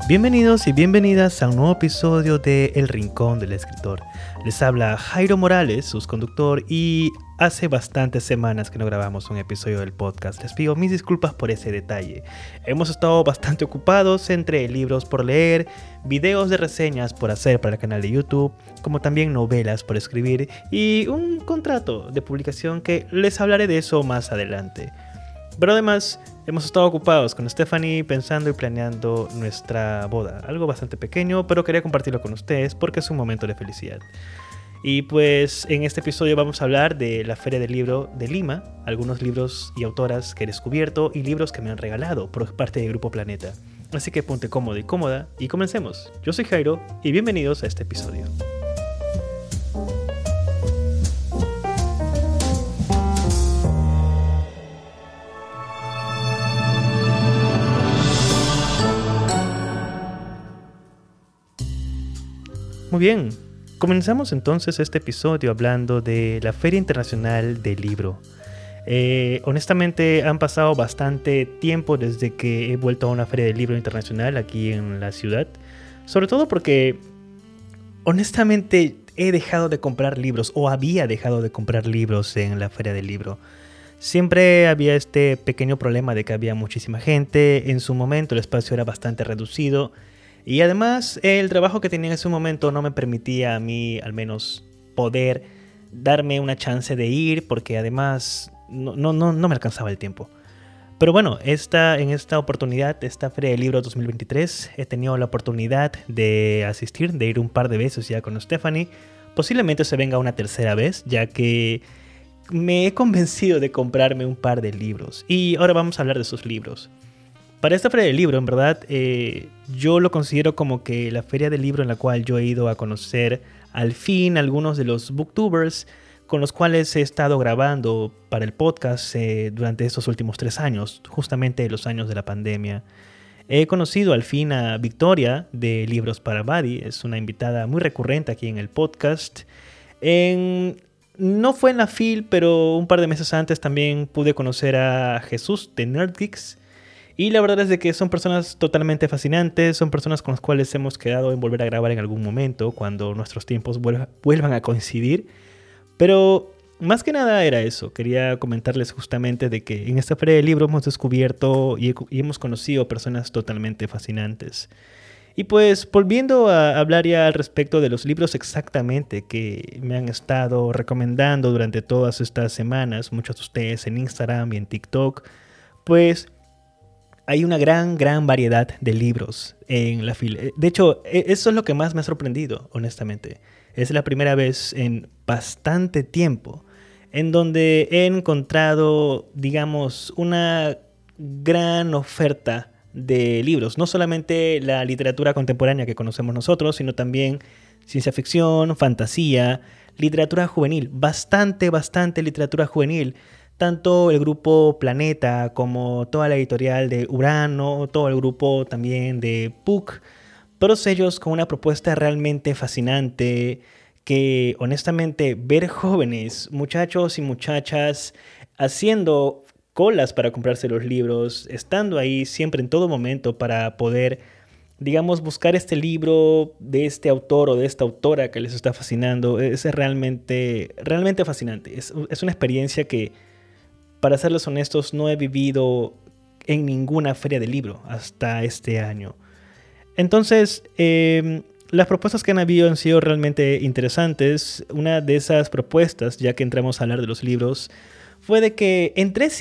Bienvenidos y bienvenidas a un nuevo episodio de El Rincón del Escritor. Les habla Jairo Morales, su conductor, y hace bastantes semanas que no grabamos un episodio del podcast. Les pido mis disculpas por ese detalle. Hemos estado bastante ocupados entre libros por leer, videos de reseñas por hacer para el canal de YouTube, como también novelas por escribir y un contrato de publicación que les hablaré de eso más adelante. Pero además hemos estado ocupados con Stephanie pensando y planeando nuestra boda. Algo bastante pequeño, pero quería compartirlo con ustedes porque es un momento de felicidad. Y pues en este episodio vamos a hablar de la Feria del Libro de Lima, algunos libros y autoras que he descubierto y libros que me han regalado por parte del Grupo Planeta. Así que ponte cómodo y cómoda y comencemos. Yo soy Jairo y bienvenidos a este episodio. Muy bien, comenzamos entonces este episodio hablando de la Feria Internacional del Libro. Honestamente han pasado bastante tiempo desde que he vuelto a una Feria del Libro Internacional aquí en la ciudad. Sobre todo porque honestamente he dejado de comprar libros o había dejado de comprar libros en la Feria del Libro. Siempre había este pequeño problema de que había muchísima gente, en su momento el espacio era bastante reducido. Y además el trabajo que tenía en ese momento no me permitía a mí al menos poder darme una chance de ir porque además no me alcanzaba el tiempo. Pero bueno, en esta oportunidad, esta Feria del Libro 2023, he tenido la oportunidad de asistir, de ir un par de veces ya con Stephanie. Posiblemente se venga una tercera vez, ya que me he convencido de comprarme un par de libros. Y ahora vamos a hablar de esos libros. Para esta Feria del Libro, en verdad, yo lo considero como que la Feria del Libro en la cual yo he ido a conocer al fin algunos de los booktubers con los cuales he estado grabando para el podcast durante estos últimos 3 años, justamente los años de la pandemia. He conocido al fin a Victoria de Libros para Buddy, es una invitada muy recurrente aquí en el podcast. No fue en la FIL, pero un par de meses antes también pude conocer a Jesús de Nerdgeeks. Y la verdad es de que son personas totalmente fascinantes, son personas con las cuales hemos quedado en volver a grabar en algún momento, cuando nuestros tiempos vuelvan a coincidir. Pero más que nada era eso, quería comentarles justamente de que en esta Feria del Libro hemos descubierto y hemos conocido personas totalmente fascinantes. Y pues volviendo a hablar ya al respecto de los libros exactamente que me han estado recomendando durante todas estas semanas, muchos de ustedes en Instagram y en TikTok, pues hay una gran variedad de libros en la fila. De hecho, eso es lo que más me ha sorprendido, honestamente. Es la primera vez en bastante tiempo en donde he encontrado, digamos, una gran oferta de libros. No solamente la literatura contemporánea que conocemos nosotros, sino también ciencia ficción, fantasía, literatura juvenil. Bastante literatura juvenil. Tanto el grupo Planeta como toda la editorial de Urano, todo el grupo también de Puck, todos ellos con una propuesta realmente fascinante que honestamente ver jóvenes, muchachos y muchachas haciendo colas para comprarse los libros, estando ahí siempre en todo momento para poder, digamos, buscar este libro de este autor o de esta autora que les está fascinando, es realmente fascinante. Es una experiencia que, para serles honestos, no he vivido en ninguna feria de libro hasta este año. Entonces, las propuestas que han habido han sido realmente interesantes. Una de esas propuestas, ya que entramos a hablar de los libros, fue de que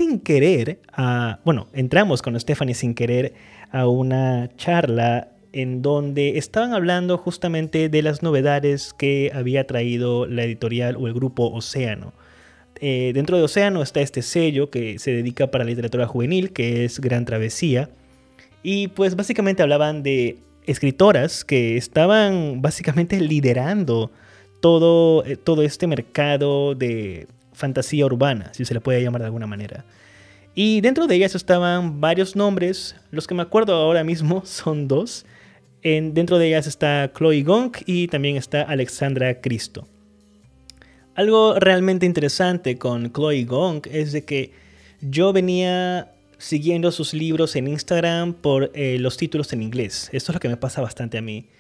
entramos con Stephanie sin querer a una charla en donde estaban hablando justamente de las novedades que había traído la editorial o el grupo Océano. Dentro de Océano está este sello que se dedica para la literatura juvenil, que es Gran Travesía. Y pues básicamente hablaban de escritoras que estaban básicamente liderando todo este mercado de fantasía urbana, si se le puede llamar de alguna manera. Y dentro de ellas estaban varios nombres, los que me acuerdo ahora mismo son 2. Dentro de ellas está Chloe Gong y también está Alexandra Cristo. Algo realmente interesante con Chloe Gong es de que yo venía siguiendo sus libros en Instagram por los títulos en inglés. Esto es lo que me pasa bastante a mí.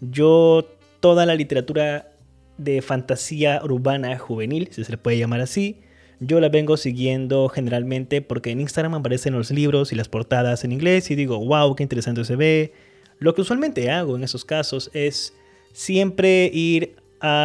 Yo toda la literatura de fantasía urbana juvenil, si se le puede llamar así, yo la vengo siguiendo generalmente porque en Instagram aparecen los libros y las portadas en inglés y digo, wow, qué interesante se ve. Lo que usualmente hago en esos casos es siempre ir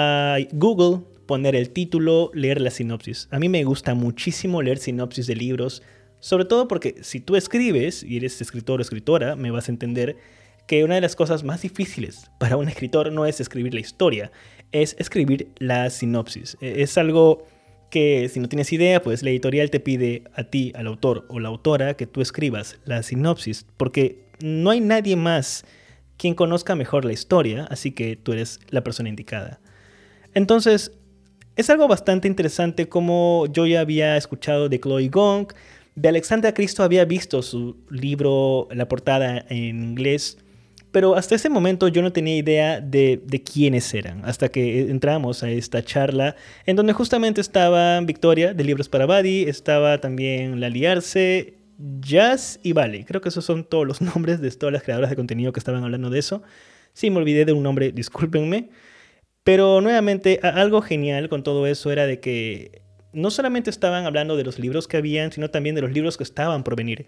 a Google, poner el título, leer la sinopsis. A mí me gusta muchísimo leer sinopsis de libros, sobre todo porque si tú escribes y eres escritor o escritora, me vas a entender que una de las cosas más difíciles para un escritor no es escribir la historia, es escribir la sinopsis. Es algo que si no tienes idea, pues la editorial te pide a ti, al autor o la autora, que tú escribas la sinopsis, porque no hay nadie más quien conozca mejor la historia, así que tú eres la persona indicada. Entonces, es algo bastante interesante como yo ya había escuchado de Chloe Gong, de Alexandra Cristo había visto su libro, la portada en inglés, pero hasta ese momento yo no tenía idea de quiénes eran, hasta que entramos a esta charla en donde justamente estaba Victoria de Libros para Buddy, estaba también Lali Arce, Jazz y Vale. Creo que esos son todos los nombres de todas las creadoras de contenido que estaban hablando de eso. Sí, me olvidé de un nombre, discúlpenme. Pero nuevamente, algo genial con todo eso era de que no solamente estaban hablando de los libros que habían, sino también de los libros que estaban por venir.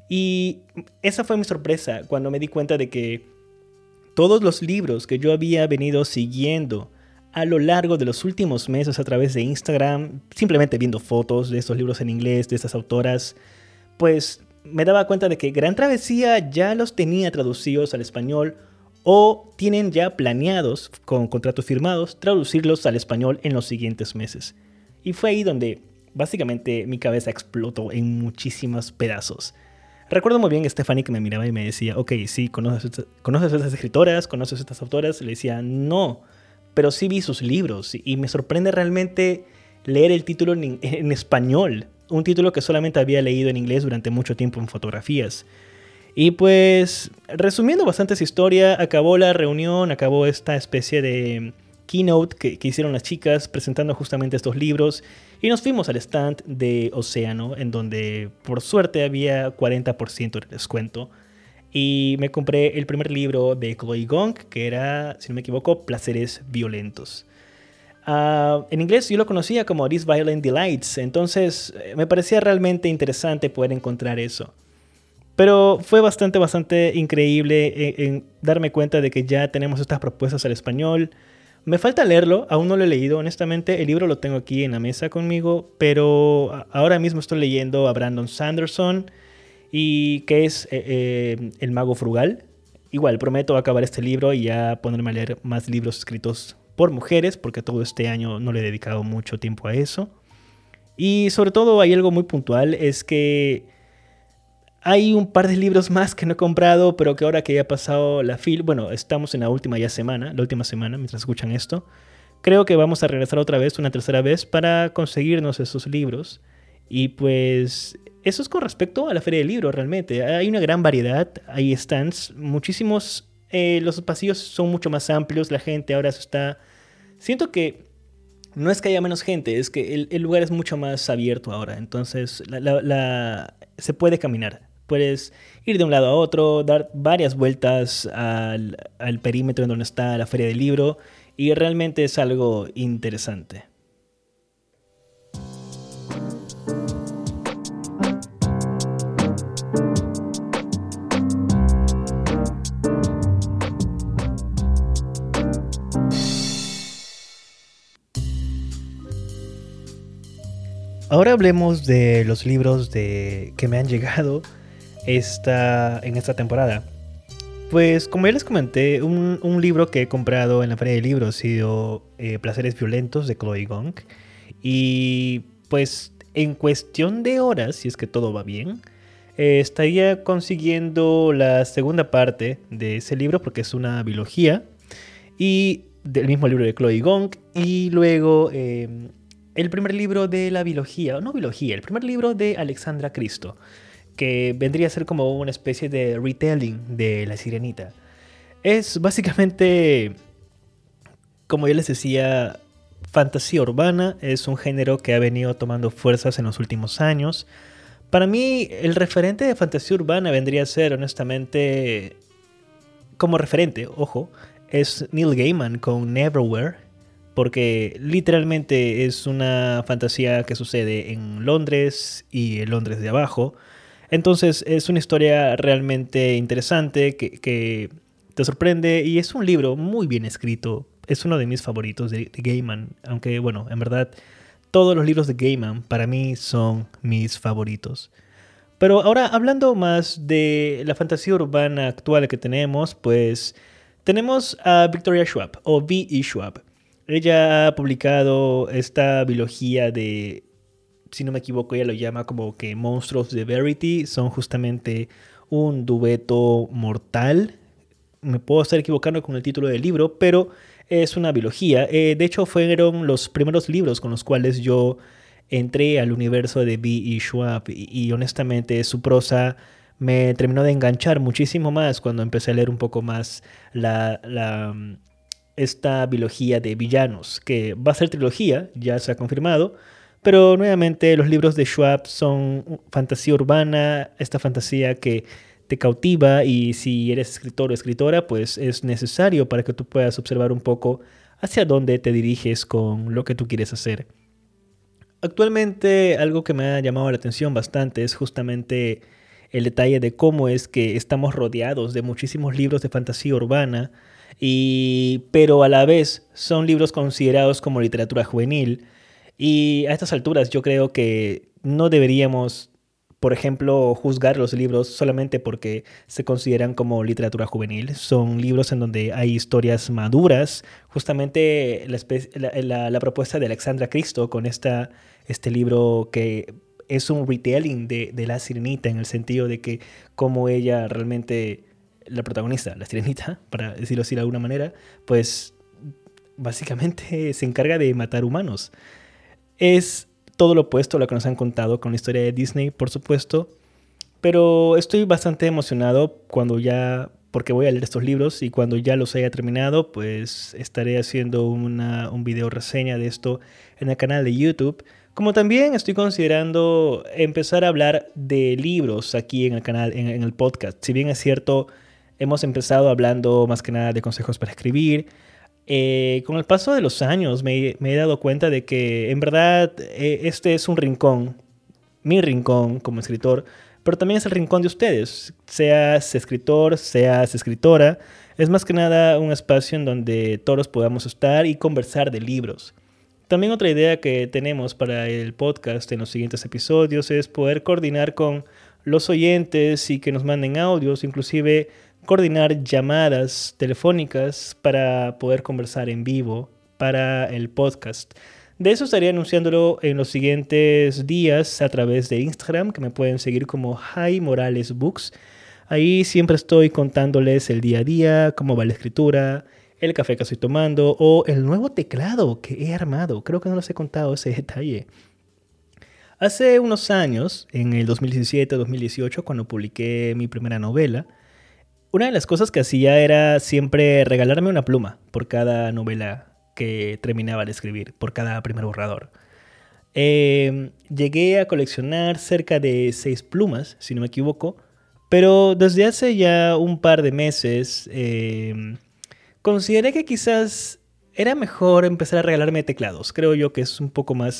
Y esa fue mi sorpresa cuando me di cuenta de que todos los libros que yo había venido siguiendo a lo largo de los últimos meses a través de Instagram, simplemente viendo fotos de estos libros en inglés, de estas autoras, pues me daba cuenta de que Gran Travesía ya los tenía traducidos al español o tienen ya planeados, con contratos firmados, traducirlos al español en los siguientes meses. Y fue ahí donde básicamente mi cabeza explotó en muchísimos pedazos. Recuerdo muy bien a Stephanie que me miraba y me decía, ok, sí, ¿conoces a estas escritoras? ¿Conoces a estas autoras? Le decía, no, pero sí vi sus libros y me sorprende realmente leer el título en español. Un título que solamente había leído en inglés durante mucho tiempo en fotografías. Y pues, resumiendo bastante esa historia, acabó la reunión, acabó esta especie de keynote que hicieron las chicas presentando justamente estos libros y nos fuimos al stand de Océano, en donde por suerte había 40% de descuento. Y me compré el primer libro de Chloe Gong, que era, si no me equivoco, Placeres Violentos. En inglés yo lo conocía como These Violent Delights, entonces me parecía realmente interesante poder encontrar eso. Pero fue bastante increíble en darme cuenta de que ya tenemos estas propuestas al español. Me falta leerlo, aún no lo he leído, honestamente. El libro lo tengo aquí en la mesa conmigo, pero ahora mismo estoy leyendo a Brandon Sanderson, y que es El Mago Frugal. Igual, prometo acabar este libro y ya ponerme a leer más libros escritos por mujeres, porque todo este año no le he dedicado mucho tiempo a eso. Y sobre todo hay algo muy puntual, es que hay un par de libros más que no he comprado, pero que ahora que ya ha pasado la bueno, estamos en la última semana, mientras escuchan esto, creo que vamos a regresar otra vez, una tercera vez, para conseguirnos esos libros. Y pues eso es con respecto a la Feria del Libro, realmente. Hay una gran variedad, hay stands, muchísimos, los pasillos son mucho más amplios, la gente ahora se está... Siento que no es que haya menos gente, es que el lugar es mucho más abierto ahora, entonces se puede caminar. Puedes ir de un lado a otro, dar varias vueltas al perímetro en donde está la Feria del Libro y realmente es algo interesante. Ahora hablemos de los libros que me han llegado en esta temporada. Pues como ya les comenté, un libro que he comprado en la Feria del Libro ha sido Placeres Violentos de Chloe Gong. Y pues en cuestión de horas, si es que todo va bien, estaría consiguiendo la segunda parte de ese libro porque es una biología. Y del mismo libro de Chloe Gong. Y luego el primer libro de la biología, el primer libro de Alexandra Cristo, que vendría a ser como una especie de retelling de La Sirenita. Es básicamente, como yo les decía, fantasía urbana. Es un género que ha venido tomando fuerzas en los últimos años, Para mí, el referente de fantasía urbana vendría a ser, honestamente, como referente, ojo, es Neil Gaiman con Neverwhere, porque literalmente es una fantasía que sucede en Londres y en Londres de abajo. Entonces es una historia realmente interesante que te sorprende y es un libro muy bien escrito. Es uno de mis favoritos de Gaiman, aunque bueno, en verdad todos los libros de Gaiman para mí son mis favoritos. Pero ahora, hablando más de la fantasía urbana actual que tenemos, pues tenemos a Victoria Schwab, o V.E. Schwab. Ella ha publicado esta biología de, si no me equivoco, ella lo llama como que Monsters de Verity. Son justamente un dueto mortal. Me puedo estar equivocando con el título del libro, pero es una biología. De hecho, fueron los primeros libros con los cuales yo entré al universo de V.E. Schwab y honestamente su prosa me terminó de enganchar muchísimo más cuando empecé a leer un poco más esta biología de villanos, que va a ser trilogía, ya se ha confirmado, pero nuevamente los libros de Schwab son fantasía urbana, esta fantasía que te cautiva y si eres escritor o escritora, pues es necesario para que tú puedas observar un poco hacia dónde te diriges con lo que tú quieres hacer. Actualmente algo que me ha llamado la atención bastante es justamente el detalle de cómo es que estamos rodeados de muchísimos libros de fantasía urbana, pero a la vez son libros considerados como literatura juvenil. Y a estas alturas yo creo que no deberíamos, por ejemplo, juzgar los libros solamente porque se consideran como literatura juvenil. Son libros en donde hay historias maduras. Justamente la propuesta de Alexandra Cristo con este libro que es un retelling de La Sirenita, en el sentido de que como ella realmente, la protagonista, la Sirenita, para decirlo así de alguna manera, pues básicamente se encarga de matar humanos. Es todo lo opuesto a lo que nos han contado con la historia de Disney, por supuesto. Pero estoy bastante emocionado porque voy a leer estos libros y cuando ya los haya terminado, pues estaré haciendo un video reseña de esto en el canal de YouTube. Como también estoy considerando empezar a hablar de libros aquí en el canal, en el podcast. Si bien es cierto, hemos empezado hablando más que nada de consejos para escribir. Con el paso de los años me he dado cuenta de que en verdad este es un rincón, mi rincón como escritor, pero también es el rincón de ustedes, seas escritor, seas escritora. Es más que nada un espacio en donde todos podamos estar y conversar de libros. También otra idea que tenemos para el podcast en los siguientes episodios es poder coordinar con los oyentes y que nos manden audios, inclusive coordinar llamadas telefónicas para poder conversar en vivo para el podcast. De eso estaré anunciándolo en los siguientes días a través de Instagram, que me pueden seguir como Jai Morales Books. Ahí siempre estoy contándoles el día a día, cómo va la escritura, el café que estoy tomando o el nuevo teclado que he armado. Creo que no les he contado ese detalle. Hace unos años, en el 2017-2018, cuando publiqué mi primera novela, una de las cosas que hacía era siempre regalarme una pluma por cada novela que terminaba de escribir, por cada primer borrador. Llegué a coleccionar cerca de 6 plumas, si no me equivoco, pero desde hace ya un par de meses consideré que quizás era mejor empezar a regalarme teclados. Creo yo que es un poco más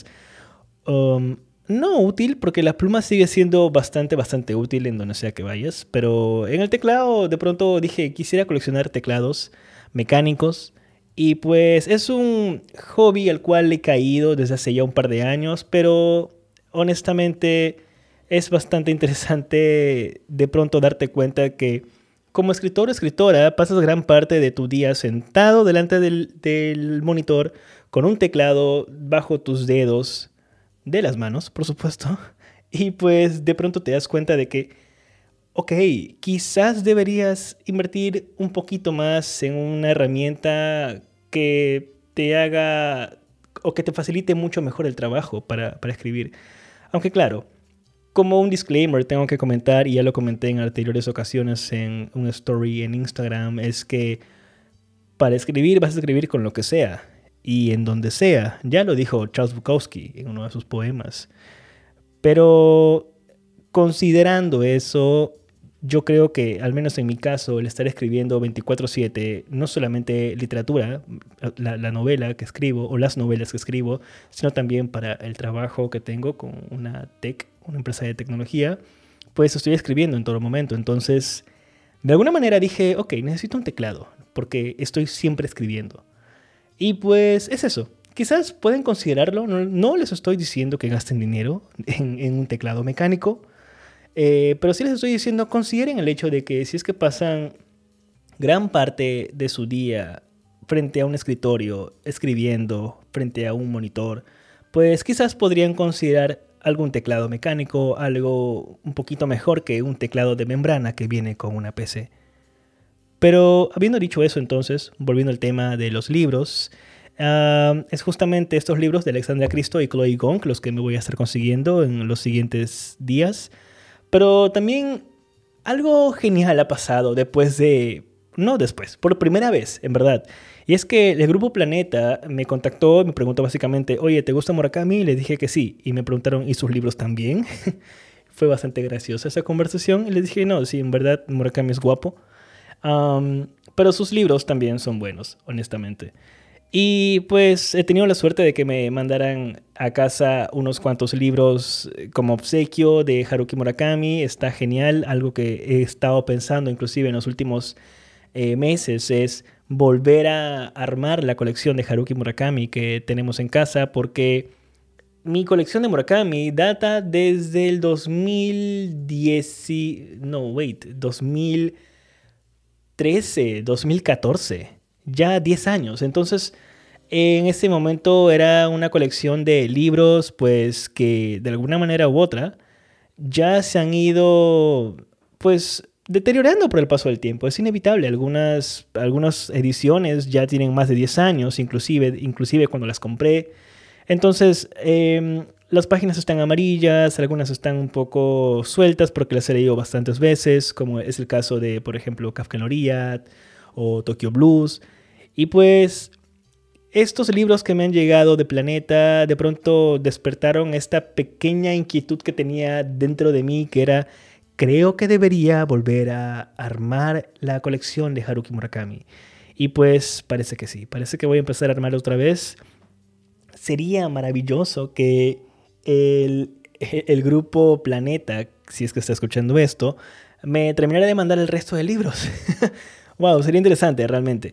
no útil, porque la pluma sigue siendo bastante útil en donde sea que vayas, pero en el teclado de pronto dije, quisiera coleccionar teclados mecánicos y pues es un hobby al cual he caído desde hace ya un par de años, pero honestamente es bastante interesante de pronto darte cuenta que como escritor o escritora pasas gran parte de tu día sentado delante del monitor con un teclado bajo tus dedos de las manos, por supuesto, y pues de pronto te das cuenta de que, ok, quizás deberías invertir un poquito más en una herramienta que te haga o que te facilite mucho mejor el trabajo para escribir. Aunque claro, como un disclaimer tengo que comentar, y ya lo comenté en anteriores ocasiones en una story en Instagram, es que para escribir vas a escribir con lo que sea y en donde sea. Ya lo dijo Charles Bukowski en uno de sus poemas. Pero considerando eso, yo creo que, al menos en mi caso, el estar escribiendo 24/7, no solamente literatura, la novela que escribo o las novelas que escribo, sino también para el trabajo que tengo con una empresa de tecnología, pues estoy escribiendo en todo momento. Entonces, de alguna manera dije, ok, necesito un teclado, porque estoy siempre escribiendo. Y pues es eso. Quizás pueden considerarlo, no les estoy diciendo que gasten dinero en un teclado mecánico, pero sí les estoy diciendo, consideren el hecho de que si es que pasan gran parte de su día frente a un escritorio, escribiendo, frente a un monitor, pues quizás podrían considerar algún teclado mecánico, algo un poquito mejor que un teclado de membrana que viene con una PC. Pero habiendo dicho eso, entonces, volviendo al tema de los libros, es justamente estos libros de Alexandra Cristo y Chloe Gong los que me voy a estar consiguiendo en los siguientes días. Pero también algo genial ha pasado por primera vez, en verdad. Y es que el Grupo Planeta me contactó, me preguntó básicamente, oye, ¿te gusta Murakami? Y le dije que sí. Y me preguntaron, ¿y sus libros también? Fue bastante graciosa esa conversación. Y les dije, no, sí, en verdad Murakami es guapo. Pero sus libros también son buenos, honestamente. Y pues he tenido la suerte de que me mandaran a casa unos cuantos libros como obsequio de Haruki Murakami. Está genial. Algo que he estado pensando inclusive en los últimos meses es volver a armar la colección de Haruki Murakami que tenemos en casa, porque mi colección de Murakami data desde el 2013, 2014, ya 10 años. Entonces, en ese momento era una colección de libros, pues que de alguna manera u otra ya se han ido, pues, deteriorando por el paso del tiempo. Es inevitable. Algunas ediciones ya tienen más de 10 años, inclusive cuando las compré. Entonces, las páginas están amarillas, algunas están un poco sueltas porque las he leído bastantes veces, como es el caso de, por ejemplo, Kafka en la orilla o Tokyo Blues. Y pues estos libros que me han llegado de Planeta de pronto despertaron esta pequeña inquietud que tenía dentro de mí, que era, creo que debería volver a armar la colección de Haruki Murakami. Y pues parece que sí, parece que voy a empezar a armarla otra vez. Sería maravilloso que el grupo Planeta, si es que está escuchando esto, me terminara de mandar el resto de libros. Wow, sería interesante realmente.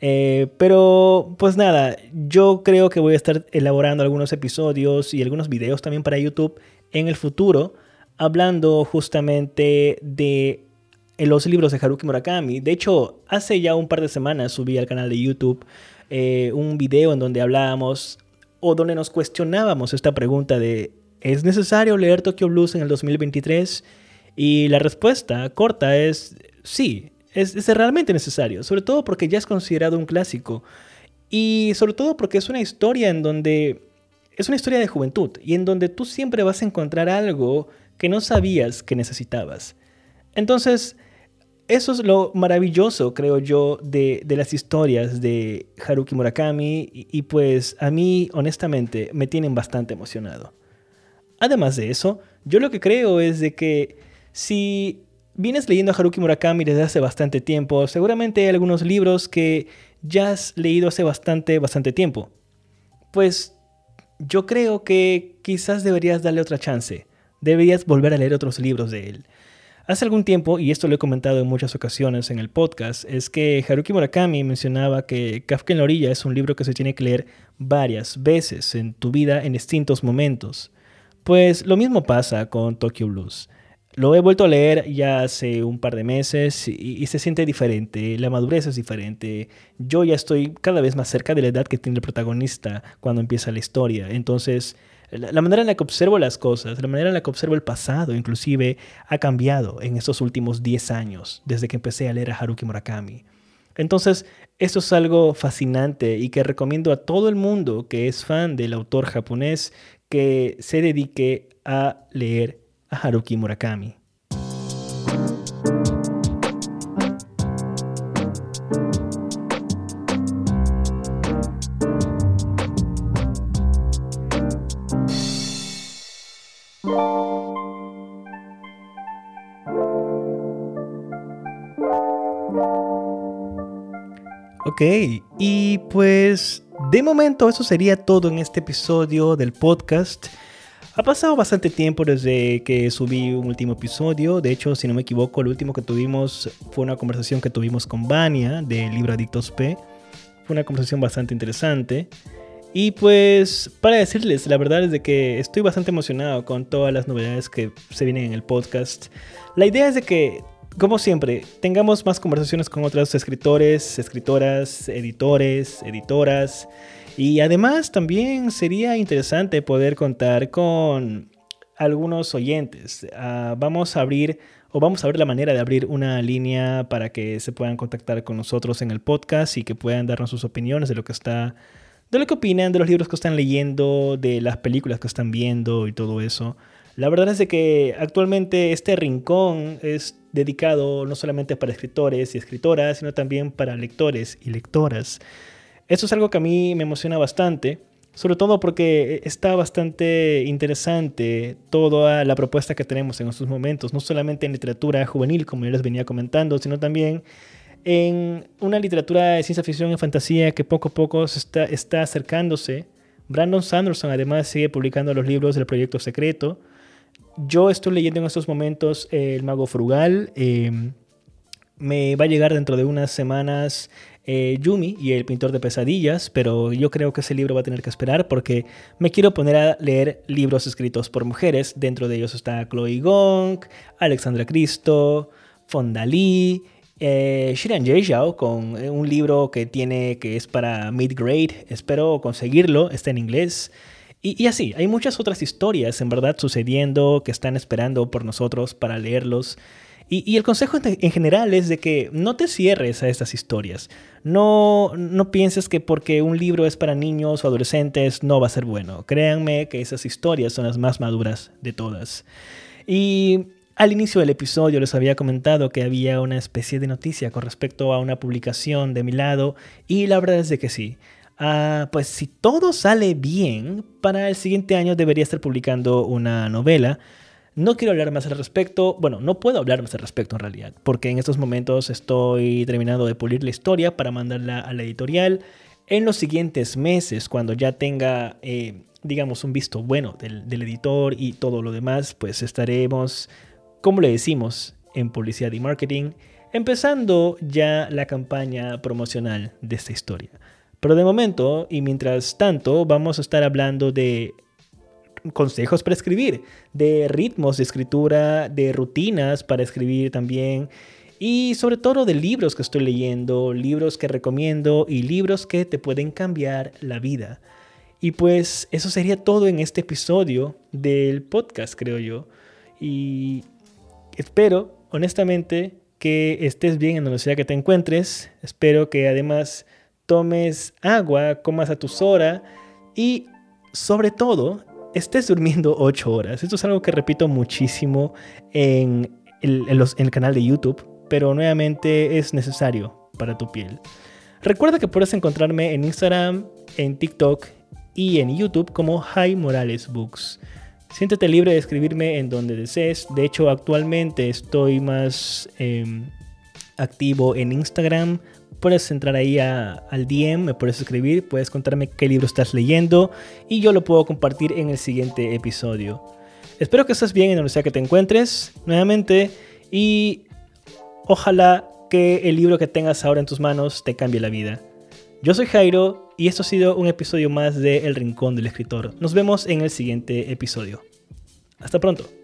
Pero pues nada, yo creo que voy a estar elaborando algunos episodios y algunos videos también para YouTube en el futuro, hablando justamente de los libros de Haruki Murakami. De hecho, hace ya un par de semanas subí al canal de YouTube un video en donde hablábamos o donde nos cuestionábamos esta pregunta de ¿es necesario leer Tokyo Blues en el 2023? Y la respuesta corta es sí, es realmente necesario, sobre todo porque ya es considerado un clásico y sobre todo porque es una historia es una historia de juventud y en donde tú siempre vas a encontrar algo que no sabías que necesitabas. Entonces, eso es lo maravilloso, creo yo, de las historias de Haruki Murakami y pues a mí, honestamente, me tienen bastante emocionado. Además de eso, yo lo que creo es de que si vienes leyendo a Haruki Murakami desde hace bastante tiempo, seguramente hay algunos libros que ya has leído hace bastante tiempo. Pues yo creo que quizás deberías darle otra chance. Deberías volver a leer otros libros de él. Hace algún tiempo, y esto lo he comentado en muchas ocasiones en el podcast, es que Haruki Murakami mencionaba que Kafka en la orilla es un libro que se tiene que leer varias veces en tu vida en distintos momentos. Pues lo mismo pasa con Tokyo Blues. Lo he vuelto a leer ya hace un par de meses y se siente diferente, la madurez es diferente. Yo ya estoy cada vez más cerca de la edad que tiene el protagonista cuando empieza la historia. Entonces, la manera en la que observo las cosas, la manera en la que observo el pasado, inclusive, ha cambiado en estos últimos 10 años, desde que empecé a leer a Haruki Murakami. Entonces, esto es algo fascinante y que recomiendo a todo el mundo que es fan del autor japonés que se dedique a leer a Haruki Murakami. Ok, y pues de momento eso sería todo en este episodio del podcast. Ha pasado bastante tiempo desde que subí un último episodio. De hecho, si no me equivoco, el último que tuvimos fue una conversación que tuvimos con Vania del libro Adictos P. Fue una conversación bastante interesante. Y pues para decirles, la verdad es de que estoy bastante emocionado con todas las novedades que se vienen en el podcast. La idea es de que, como siempre, tengamos más conversaciones con otros escritores, escritoras, editores, editoras. Y además también sería interesante poder contar con algunos oyentes. Vamos a ver la manera de abrir una línea para que se puedan contactar con nosotros en el podcast y que puedan darnos sus opiniones de lo que opinan, de los libros que están leyendo, de las películas que están viendo y todo eso. La verdad es de que actualmente este rincón es dedicado no solamente para escritores y escritoras, sino también para lectores y lectoras. Esto es algo que a mí me emociona bastante, sobre todo porque está bastante interesante toda la propuesta que tenemos en estos momentos, no solamente en literatura juvenil, como ya les venía comentando, sino también en una literatura de ciencia ficción y fantasía que poco a poco está acercándose. Brandon Sanderson además sigue publicando los libros del Proyecto Secreto. Yo estoy leyendo en estos momentos El Mago Frugal. Me va a llegar dentro de unas semanas Yumi y el Pintor de Pesadillas, pero yo creo que ese libro va a tener que esperar porque me quiero poner a leer libros escritos por mujeres. Dentro de ellos está Chloe Gong, Alexandra Cristo, Fonda Lee, Shiran Jay-Zhao con un libro que es para mid-grade. Espero conseguirlo, está en inglés. Y así, hay muchas otras historias en verdad sucediendo que están esperando por nosotros para leerlos. Y el consejo en general es de que no te cierres a estas historias. No pienses que porque un libro es para niños o adolescentes no va a ser bueno. Créanme que esas historias son las más maduras de todas. Y al inicio del episodio les había comentado que había una especie de noticia con respecto a una publicación de mi lado. Y la verdad es de que sí. Pues si todo sale bien, para el siguiente año debería estar publicando una novela. No quiero hablar más al respecto, bueno, no puedo hablar más al respecto en realidad, porque en estos momentos estoy terminando de pulir la historia para mandarla a la editorial. En los siguientes meses, cuando ya tenga, digamos, un visto bueno del editor y todo lo demás, pues estaremos, como le decimos en publicidad y marketing, empezando ya la campaña promocional de esta historia. Pero de momento, y mientras tanto, vamos a estar hablando de consejos para escribir, de ritmos de escritura, de rutinas para escribir también, y sobre todo de libros que estoy leyendo, libros que recomiendo y libros que te pueden cambiar la vida. Y pues eso sería todo en este episodio del podcast, creo yo. Y espero, honestamente, que estés bien en donde sea que te encuentres. Espero que además tomes agua, comas a tu hora y sobre todo estés durmiendo 8 horas. Esto es algo que repito muchísimo en el canal de YouTube, pero nuevamente es necesario para tu piel. Recuerda que puedes encontrarme en Instagram, en TikTok y en YouTube como Jai Morales Books. Siéntete libre de escribirme en donde desees. De hecho, actualmente estoy más activo en Instagram. Puedes entrar ahí al DM, me puedes escribir, puedes contarme qué libro estás leyendo y yo lo puedo compartir en el siguiente episodio. Espero que estés bien en donde sea que te encuentres nuevamente y ojalá que el libro que tengas ahora en tus manos te cambie la vida. Yo soy Jairo y esto ha sido un episodio más de El Rincón del Escritor. Nos vemos en el siguiente episodio. Hasta pronto.